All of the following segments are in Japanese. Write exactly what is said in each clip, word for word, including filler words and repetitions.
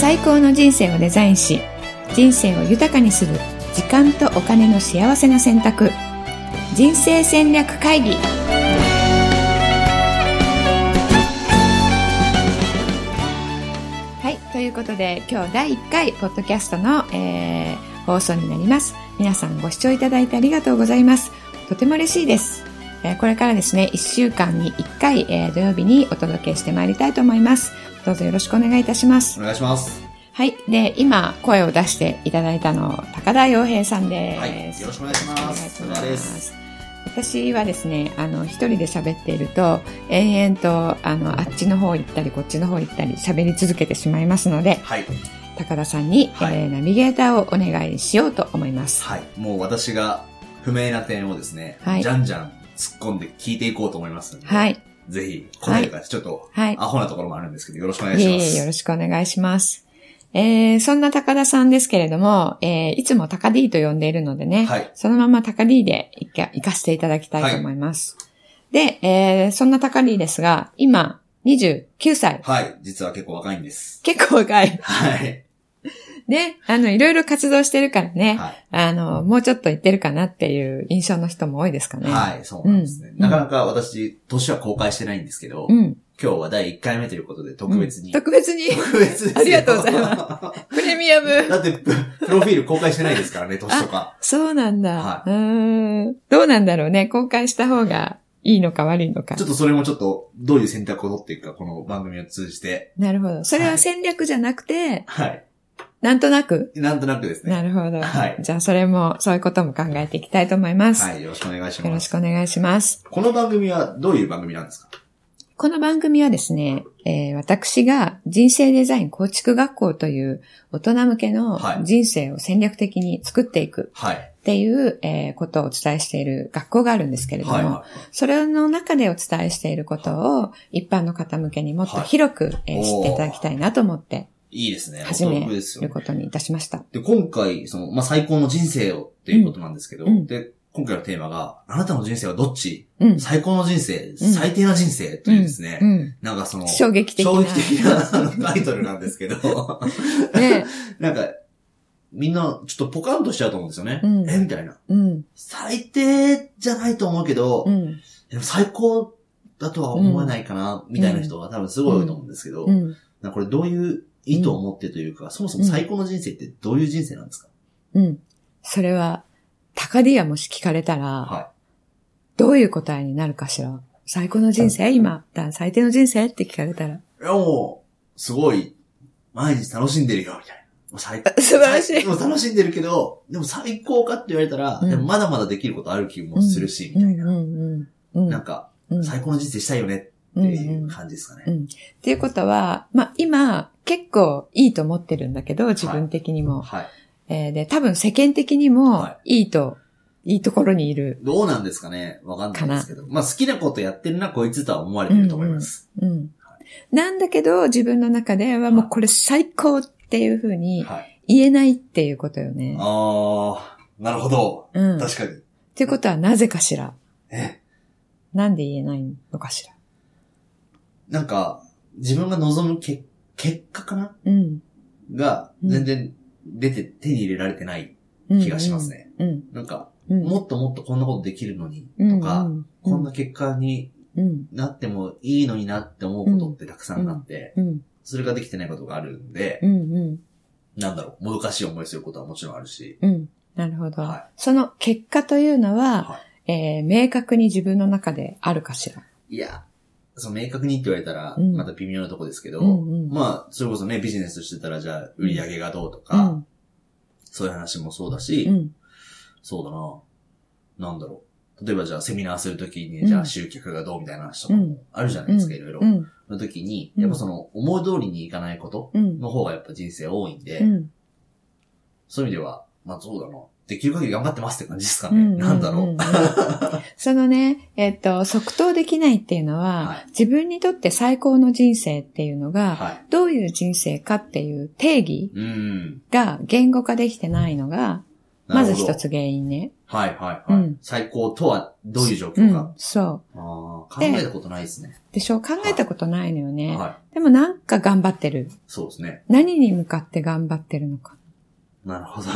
最高の人生をデザインし、人生を豊かにする時間とお金の幸せな選択、人生戦略会議。はい、ということで今日だいいっかいポッドキャストの、えー、放送になります。皆さんご視聴いただいてありがとうございます。とても嬉しいです。えー、これからですねいっしゅうかんにいっかい、えー、土曜日にお届けしてまいりたいと思います。どうぞよろしくお願いいたします。 お願いします。 はい。で、今、声を出していただいたの、高田洋平さんです。 はい。よろしくお願いします。お願いします。高田です。 私はですね、あの、一人で喋っていると、延々と、あの、あっちの方行ったり、こっちの方行ったり、喋り続けてしまいますので、 はい。 高田さんに、はい、えー、ナビゲーターをお願いしようと思います。 はい。もう私が不明な点をですね、はい、じゃんじゃん突っ込んで聞いていこうと思いますので、はい。ぜひ、答えからちょっと、はい、アホなところもあるんですけど、よろしくお願いします。 いえいえ、よろしくお願いします。えー、そんな高田さんですけれども、えー、いつも高 D と呼んでいるのでね、はい、そのまま高 D で行か、行かせていただきたいと思います。はい、で、えー、そんな高 D ですが、今、にじゅうきゅうさい。 はい、実は結構若いんです。 結構若い。 はい。 ね、あの、いろいろ活動してるからね、はい、あの、もうちょっと言ってるかなっていう印象の人も多いですかね。 はい、そうなんですね。うん、なかなか私、年は公開してないんですけど、うん、今日はだいいっかいめということで特別に。 うん、特別に特別ですよ。 ありがとうございます。プレミアム。 だって、プロフィール公開してないですからね、年とか。 そうなんだ。はい、うーん。どうなんだろうね、公開した方がいいのか悪いのか。 ちょっとそれもちょっと、どういう選択を取っていくか、この番組を通じて。 なるほど。それは戦略じゃなくて、 はい。 なんとなくなんとなくですね。 なるほど。 はい。 じゃあそれも、そういうことも考えていきたいと思います。 はい。よろしくお願いします。 よろしくお願いします。 この番組はどういう番組なんですか？ この番組はですね、えー、私が人生デザイン構築学校という大人向けの人生を戦略的に作っていくっていう、はい、えー、ことをお伝えしている学校があるんですけれども、はいはい、それの中でお伝えしていることを一般の方向けにもっと広く、はい、えー、知っていただきたいなと思って、 いいですね。 始めることにいたしました。 で、今回、その、まあ、最高の人生をっていうことなんですけど、うん、で、今回のテーマが、あなたの人生はどっち、うん、最高の人生、うん、最低な人生というですね、うんうん、なんかその、 衝撃的な。 衝撃的なタイトルなんですけど、ね、なんか、みんなちょっとポカンとしちゃうと思うんですよね。うん、えみたいな、うん。最低じゃないと思うけど、うん、でも最高だとは思えないかな、うん、みたいな人が多分すごい多いと思うんですけど、うんうん、なんかこれどういう意図を持ってというか、うん、そもそも最高の人生ってどういう人生なんですか？ うん。それは、高ディアもし聞かれたら、はい、どういう答えになるかしら？最高の人生、うん、今、最低の人生って聞かれたら。いやもう、すごい、毎日楽しんでるよ、みたいな。もう最素晴らしい。 もう楽しんでるけど、でも最高かって言われたら、うん、でもまだまだできることある気もするし、みたいな。うんうんうん、なんか、うん、最高の人生したいよねっていう感じですかね。 うんうんうん、っていうことは、まあ、今、結構いいと思ってるんだけど、自分的にも。はい。はい、えー、で、多分世間的にもいいと、はい、いいところにいる。 どうなんですかね？わかんないですけど。まあ好きなことやってるな、こいつとは思われてると思います。うん、うんうんはい。 なんだけど、自分の中ではもうこれ最高っていう風に言えないっていうことよね。 はい、あー、なるほど。うん。確かに。 っていうことはなぜかしら？ え？ なんで言えないのかしら？ なんか、自分が望むけ結果かな、うん、が、全然出て、手に入れられてない気がしますね。うんうん、なんか、うん、もっともっとこんなことできるのに、とか、うんうん、こんな結果になってもいいのになって思うことってたくさんあって、うんうん、それができてないことがあるんで、うんうん、なんだろう、もどかしい思いすることはもちろんあるし。 うん、なるほど、はい。その結果というのは、はい、えー、明確に自分の中であるかしら？ いや、そう、明確にって言われたら、また微妙なとこですけど、うんうん、まあ、それこそね、ビジネスしてたら、じゃあ、売り上げがどうとか、うん、そういう話もそうだし、うん、そうだな、なんだろう。例えばじゃあ、セミナーするときに、じゃあ、集客がどうみたいな話とかもあるじゃないですか、うん、いろいろ。の時に、やっぱその、思い通りにいかないことの方がやっぱ人生多いんで、うん、そういう意味では、まあそうだな。できる限り頑張ってますって感じですかね。うんうんうんうん、なんだろう。 そのね、えっと、即答できないっていうのは、はい、自分にとって最高の人生っていうのが、はい、どういう人生かっていう定義が言語化できてないのがまず一つ原因ね。 はいはいはい。うん、最高とはどういう状況か。うん、 そう。 あ考えたことないですね。 でしょ？考えたことないのよね。はい。でもなんか頑張ってる。 そうですね。 何に向かって頑張ってるのか。 なるほど。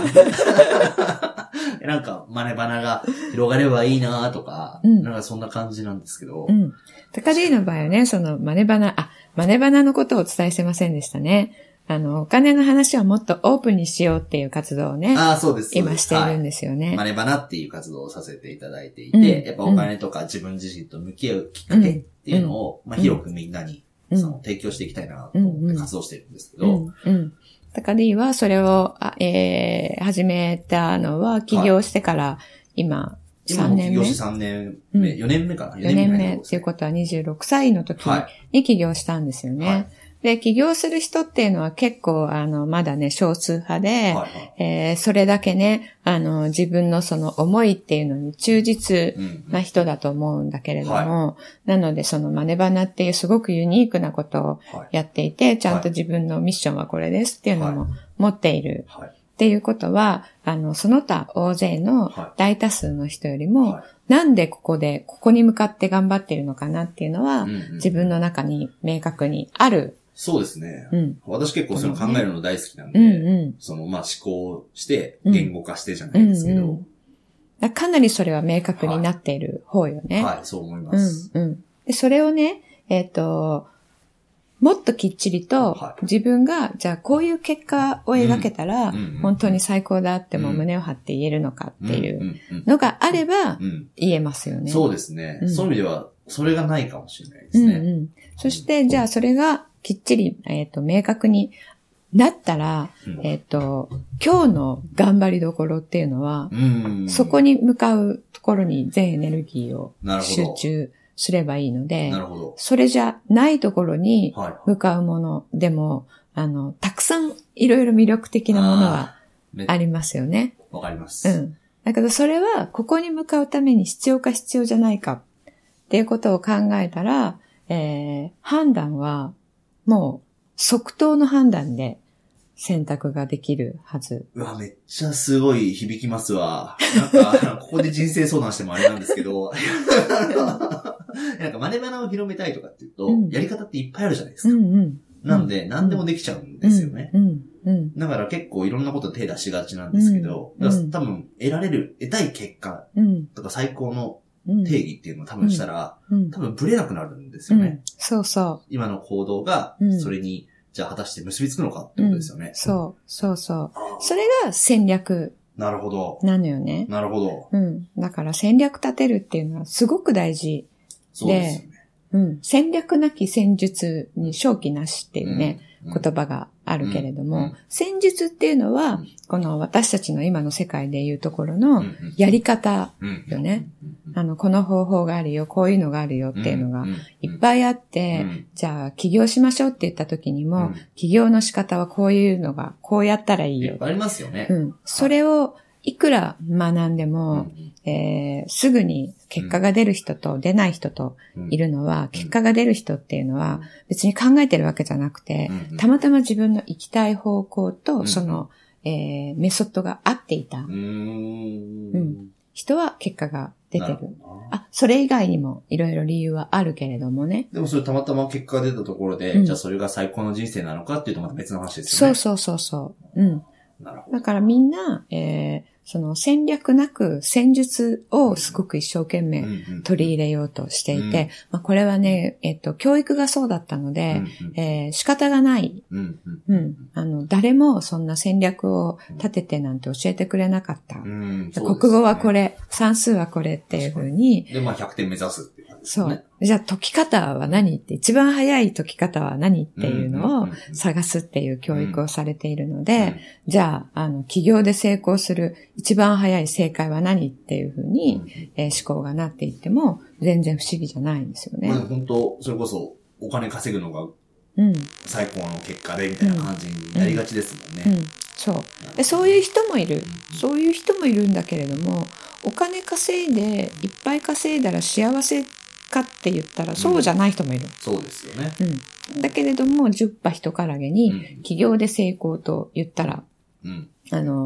なんか、マネバナが広がればいいなとか、うん、なんかそんな感じなんですけど。 うん。高 D の場合はね、そのマネバナ、あ、マネバナのことをお伝えしてませんでしたね。あの、お金の話をもっとオープンにしようっていう活動をね。 ああ、そうです。 今しているんですよね。はい、 マネバナっていう活動をさせていただいていて、うん、やっぱお金とか自分自身と向き合うきっかけっていうのを、うん、まあ、広くみんなに、その提供していきたいなと思って活動してるんですけど、うんうんうん高 D はそれを、えー、始めたのは起業してから今さんねんめ。 今起業してさんねんめ、うん、よねんめかな ? よねんめっていうことはにじゅうろくさいの時に起業したんですよね。はいで、起業する人っていうのは結構、あの、まだね、少数派で、はいはいえー、それだけね、あの、自分のその思いっていうのに忠実な人だと思うんだけれども、うんうんはい、なのでそのマネバナっていうすごくユニークなことをやっていて、はい、ちゃんと自分のミッションはこれですっていうのも持っている。はいはいっていうことは、あの、その他大勢の大多数の人よりも、はい、なんでここで、ここに向かって頑張っているのかなっていうのは、うんうん、自分の中に明確にある。 そうですね。うん、私結構その考えるの大好きなんで、うんうん、そのまあ思考して、言語化してじゃないですけど、うんうん、かなりそれは明確になっている方よね。 はい、はい、そう思います。 うんうん、でそれをね、えっと、もっときっちりと自分が、じゃあこういう結果を描けたら、本当に最高だっても胸を張って言えるのかっていうのがあれば言えますよね。 そうですね。うん、そういう意味では、それがないかもしれないですね。 うんうん、そして、じゃあそれがきっちり、えっと、明確になったら、うん、えっと、今日の頑張りどころっていうのは、うん、そこに向かうところに全エネルギーを集中すればいいので、 なるほど。 それじゃないところに向かうものでも、はい、あの、たくさんいろいろ魅力的なものはありますよね。 わかります。 うん。だけどそれはここに向かうために必要か必要じゃないかっていうことを考えたら、えー、判断はもう即答の判断で選択ができるはず。 うわ、めっちゃすごい響きますわ。なんか、ここで人生相談してもあれなんですけど、なんかマネバナを広めたいとかっていうと、うん、やり方っていっぱいあるじゃないですか。うんうん、なので、何でもできちゃうんですよね。うんうんうん、だから結構いろんなこと手出しがちなんですけど、うんうん、多分得られる、得たい結果とか最高の定義っていうのを多分したら、うん、多分ブレなくなるんですよね。うん、 そうそう。 今の行動が、それに、じゃあ果たして結びつくのかってことですよね。うん、 そう、そうそう。それが戦略。 なるほど。 なのよね。 なるほど。 うん。だから戦略立てるっていうのはすごく大事。 そうですよね。 うん。戦略なき戦術に勝機なしっていうね、うんうん、言葉があるけれども、うんうん、戦術っていうのは、うん、この私たちの今の世界でいうところのやり方よね。あの、この方法があるよ、こういうのがあるよっていうのがいっぱいあって、うんうん、じゃあ起業しましょうって言った時にも、うん、起業の仕方はこういうのが、こうやったらいいよ。 いっぱいありますよね。 うん。それをいくら学んでも、うんえー、すぐに結果が出る人と出ない人といるのは、うん、結果が出る人っていうのは別に考えてるわけじゃなくて、うん、たまたま自分の行きたい方向とその、うんえー、メソッドが合っていた。うんうん、人は結果が出てる。あ、それ以外にもいろいろ理由はあるけれどもね。 でもそれたまたま結果が出たところで、うん、じゃあそれが最高の人生なのかっていうとまた別の話ですよね。 そうそうそうそう。うん。なるほど。だからみんな、えーその戦略なく戦術をすごく一生懸命取り入れようとしていて、うんまあ、これはね、えっと、教育がそうだったので、うんえー、仕方がない、うんうん、あの、誰もそんな戦略を立ててなんて教えてくれなかった。うんね、国語はこれ、算数はこれっていうふうに。 で、まあひゃくてん目指すっていう感じですね。 そう。じゃあ解き方は何って、一番早い解き方は何っていうのを探すっていう教育をされているので、うんうん、じゃあ、あの、起業で成功する一番早い正解は何っていうふうに、うんえー、思考がなっていっても、全然不思議じゃないんですよね。 まあ、本当それこそお金稼ぐのが最高の結果でみたいな感じになりがちですもんね。 うんうんうん、そうで。そういう人もいる。そういう人もいるんだけれども、お金稼いでいっぱい稼いだら幸せかって言ったらそうじゃない人もいる。うん、 そうですよね。 うん。だけれども、十羽一からげに、起業で成功と言ったら、うん、あの、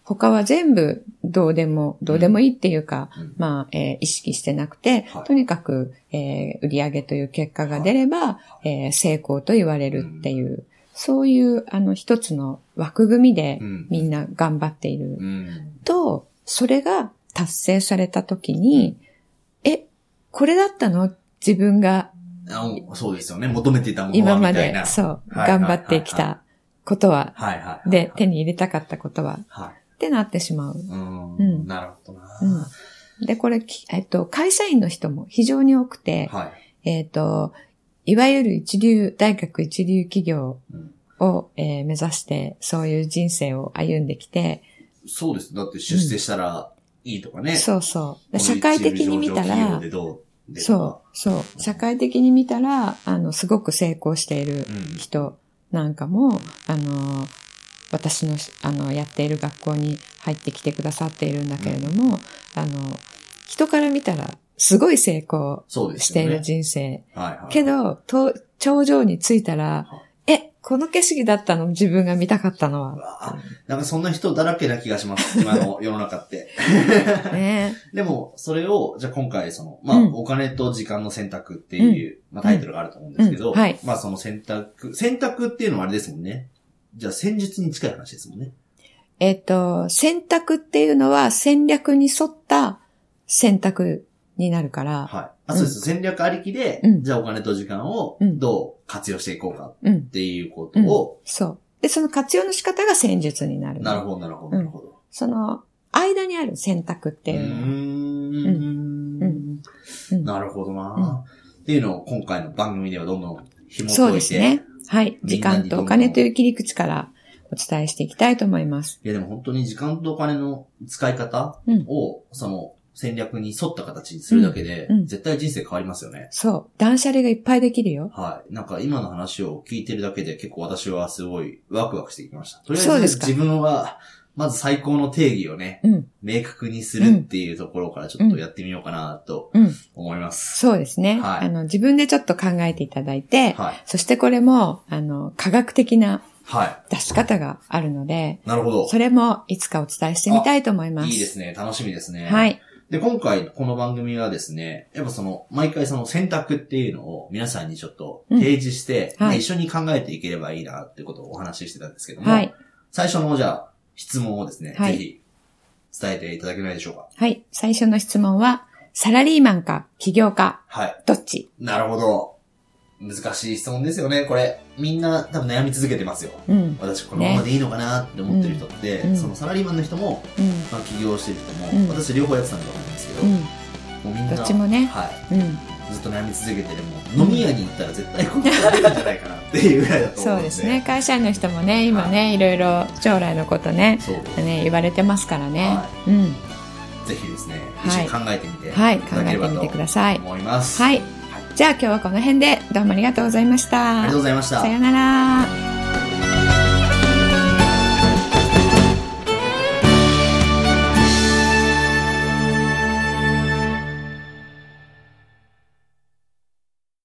他は全部どうでも、どうでもいいっていうか、うん、まあ、えー、意識してなくて、はい、とにかく、えー、売上という結果が出れば、はい、えー、成功と言われるっていう、うん、そういう、あの、一つの枠組みでみんな頑張っている、うん、と、それが達成された時に、うん、え、これだったの？自分が。 あ、そうですよね。求めていたものはみたいな。 今まで、そう、はい、頑張ってきたことは、はいはい、で、手に入れたかったことは、はい、ってなってしまう。 うん、うん、なるほどな、 うん。で、これ、えっと、会社員の人も非常に多くて、はい、えっと、いわゆる一流、大学一流企業を、うんえー、目指して、そういう人生を歩んできて。 そうです。だって出世したらいいとかね。うん、 そうそう。社会的に見たら、そう、そう。社会的に見たら、あの、すごく成功している人なんかも、うん、あの、私の、あの、やっている学校に入ってきてくださっているんだけれども、うん、あの、人から見たら、すごい成功している人生。ねはいはい、けど、と、頂上に着いたら、はい、え、この景色だったの自分が見たかったのは。 なんかそんな人だらけな気がします。今の世の中って。ね、でも、それを、じゃあ今回その、まあ、うん、お金と時間の選択っていう、うん、まあ、タイトルがあると思うんですけど、うんうんはい、まあその選択、選択っていうのはあれですもんね。じゃあ戦術に近い話ですもんね。 えっと、選択っていうのは戦略に沿った選択になるから。 はい。あ、そうです。うん、戦略ありきで、うん、じゃあお金と時間をどう活用していこうかっていうことを、 うんうん。そう。で、その活用の仕方が戦術になる。 なるほど、なるほど、なるほど。 その、間にある選択っていうのは。うーんうん、なるほどな、うん、っていうのを今回の番組ではどんどん紐解いて。 そうですね。はい。時間とお金という切り口からお伝えしていきたいと思います。 いやでも本当に時間とお金の使い方を、うん、その戦略に沿った形にするだけで、うんうん、絶対人生変わりますよね。 そう。断捨離がいっぱいできるよ。 はい。なんか今の話を聞いてるだけで結構私はすごいワクワクしてきました。とりあえず自分は、まず最高の定義をね、うん、明確にするっていうところからちょっとやってみようかなと思います。 うんうん、そうですね、はい。あの、自分でちょっと考えていただいて、はい、そしてこれも、あの、科学的な出し方があるので、はい、 なるほど。 それもいつかお伝えしてみたいと思います。 いいですね。楽しみですね。 はい。 で、今回この番組はですね、やっぱその、毎回その選択っていうのを皆さんにちょっと提示して、うんはい、一緒に考えていければいいなってことをお話ししてたんですけども、はい、最初のじゃあ、質問をですね、はい、ぜひ伝えていただけないでしょうか。 はい。最初の質問は、サラリーマンか起業か、はい、どっち？ なるほど。難しい質問ですよね。これ、みんな多分悩み続けてますよ。うん、私このままでいいのかなって思ってる人って、ね、そのサラリーマンの人も、うんまあ、起業してる人も、うん、私両方やってたんだと思うんですけど、うん、もうみんな、 どっちもね、 はい、うん、ずっと悩み続けてるもん、飲み屋に行ったら絶対こんなになれるんじゃないかなっていうぐらいだと思うんで。 そうですね。会社員の人もね、今ね、はい、いろいろ将来のことね、ね言われてますからね。はい、うん。 ぜひですね、一緒に考えてみて、 はい、考えてみてください。 思います。 はい。じゃあ今日はこの辺でどうもありがとうございました。 ありがとうございました。 さよなら。